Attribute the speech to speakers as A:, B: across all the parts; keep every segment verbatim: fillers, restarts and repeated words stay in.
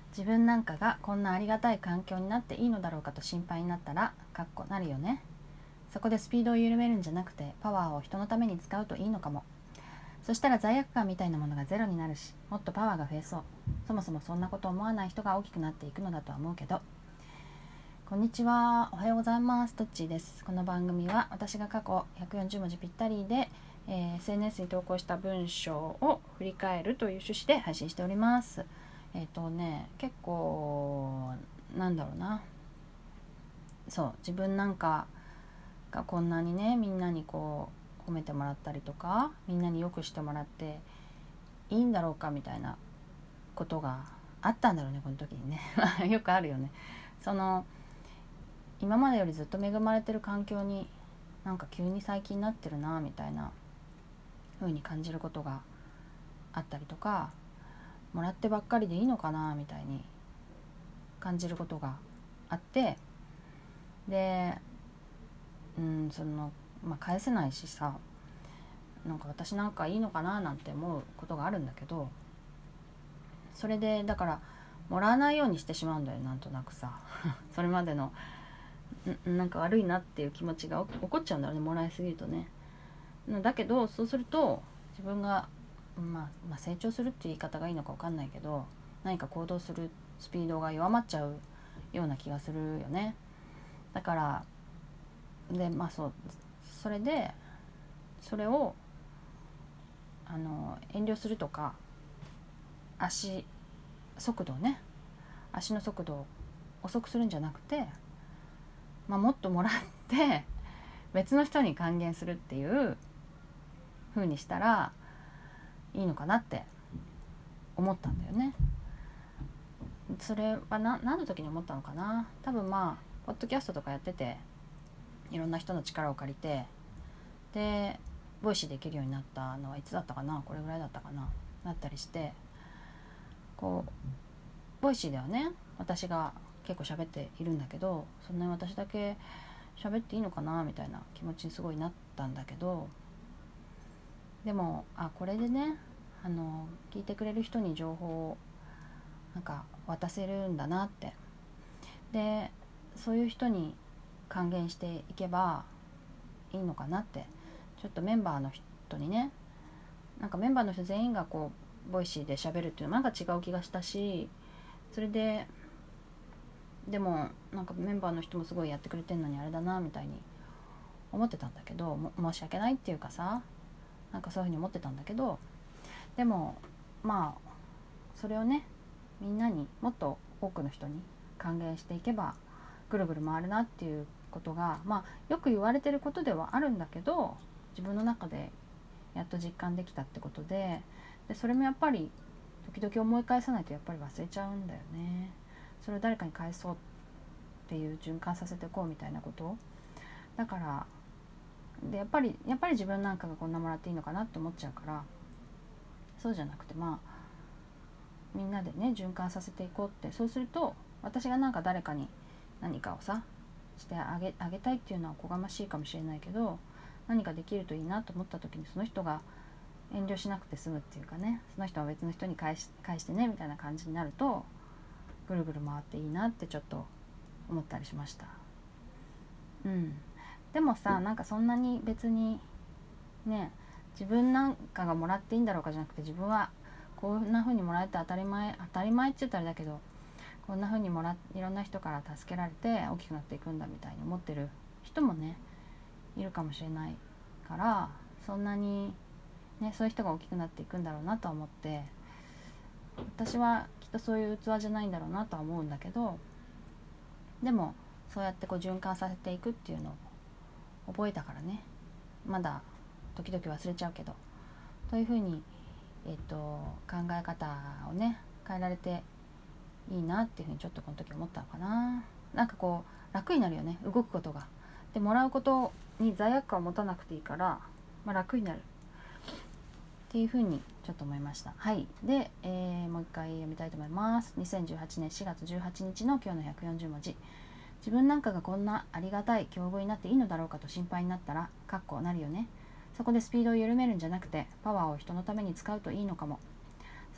A: 自分なんかがこんなありがたい環境になっていいのだろうかと心配になったらかっこなるよね。そこでスピードを緩めるんじゃなくてパワーを人のために使うといいのかも。そしたら罪悪感みたいなものがゼロになるし、もっとパワーが増えそう。そもそもそんなこと思わない人が大きくなっていくのだとは思うけど。こんにちは、おはようございます。トッチーです。この番組は私が過去ひゃくよんじゅうもじぴったりで、えー、エスエヌエス に投稿した文章を振り返るという趣旨で配信しております。えっとね結構なんだろうなそう自分なんかがこんなにねみんなにこう褒めてもらったりとかみんなによくしてもらっていいんだろうかみたいなことがあったんだろうねこの時にねよくあるよね。その今までよりずっと恵まれてる環境になんか急に最近なってるなみたいな風に感じることがあったりとか、もらってばっかりでいいのかなみたいに感じることがあって、でうんそのまあ返せないしさ、なんか私なんかいいのかななんて思うことがあるんだけど、それでだからもらわないようにしてしまうんだよ、なんとなくさそれまでのんなんか悪いなっていう気持ちが起こっちゃうんだろうね、もらいすぎるとね。だけどそうすると自分が、まあ、まあ成長するっていう言い方がいいのか分かんないけど、何か行動するスピードが弱まっちゃうような気がするよね。だからでまあそうそれでそれをあの遠慮するとか、足速度をね足の速度を遅くするんじゃなくて、まあ、もっともらって別の人に還元するっていう風にしたらいいのかなって思ったんだよね。それはな何の時に思ったのかな。多分まあポッドキャストとかやってていろんな人の力を借りて、でボイシーできるようになったのはいつだったかな、これぐらいだったかな、なったりして、こうボイシーではね私が結構喋っているんだけど、そんなに私だけ喋っていいのかなみたいな気持ちにすごいなったんだけど、でもあこれでねあの聞いてくれる人に情報をなんか渡せるんだなって、でそういう人に還元していけばいいのかなって、ちょっとメンバーの人にね、なんかメンバーの人全員がこうボイシーで喋るっていうのはなんか違う気がしたし、それででもなんかメンバーの人もすごいやってくれてんのにあれだなみたいに思ってたんだけど、も申し訳ないっていうかさ、なんかそういうふうに思ってたんだけど、でもまあそれをねみんなにもっと多くの人に還元していけばぐるぐる回るなっていうことが、まあよく言われてることではあるんだけど、自分の中でやっと実感できたってことで、でそれもやっぱり時々思い返さないとやっぱり忘れちゃうんだよね。それを誰かに返そうっていう循環させていこうみたいなことだから、でやっぱりやっぱり自分なんかがこんなもらっていいのかなって思っちゃうから、そうじゃなくてまあみんなでね循環させていこうって、そうすると私がなんか誰かに何かをさしてあげ、あげたいっていうのはおこがましいかもしれないけど、何かできるといいなと思った時にその人が遠慮しなくて済むっていうかね、その人は別の人に返し、返してねみたいな感じになるとぐるぐる回っていいなってちょっと思ったりしました。うんでもさ、なんかそんなに別にね自分なんかがもらっていいんだろうかじゃなくて、自分はこんな風にもらえて当たり前当たり前って言ったらあれだけど、こんな風にもらいろんな人から助けられて大きくなっていくんだみたいに思ってる人もねいるかもしれないから、そんなにねそういう人が大きくなっていくんだろうなと思って、私はきっとそういう器じゃないんだろうなとは思うんだけど、でもそうやってこう循環させていくっていうのを覚えたからね、まだ時々忘れちゃうけど、というふうに、えーと、考え方をね変えられていいなっていうふうにちょっとこの時思ったのかな。なんかこう楽になるよね、動くことが。でもらうことに罪悪感を持たなくていいから、まあ、楽になるっていうふうにちょっと思いました。はい。で、えー、もう一回読みたいと思います。にせんじゅうはちねんしがつじゅうはちにちの今日のひゃくよんじゅうもじ。自分なんかがこんなありがたい境遇になっていいのだろうかと心配になったらかっこなるよね。そこでスピードを緩めるんじゃなくてパワーを人のために使うといいのかも。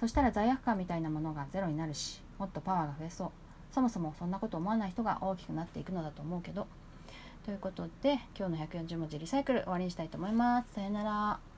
A: そしたら罪悪感みたいなものがゼロになるし、もっとパワーが増えそう。そもそもそんなこと思わない人が大きくなっていくのだと思うけど。ということで今日のひゃくよんじゅうもじリサイクル終わりにしたいと思います。さよなら。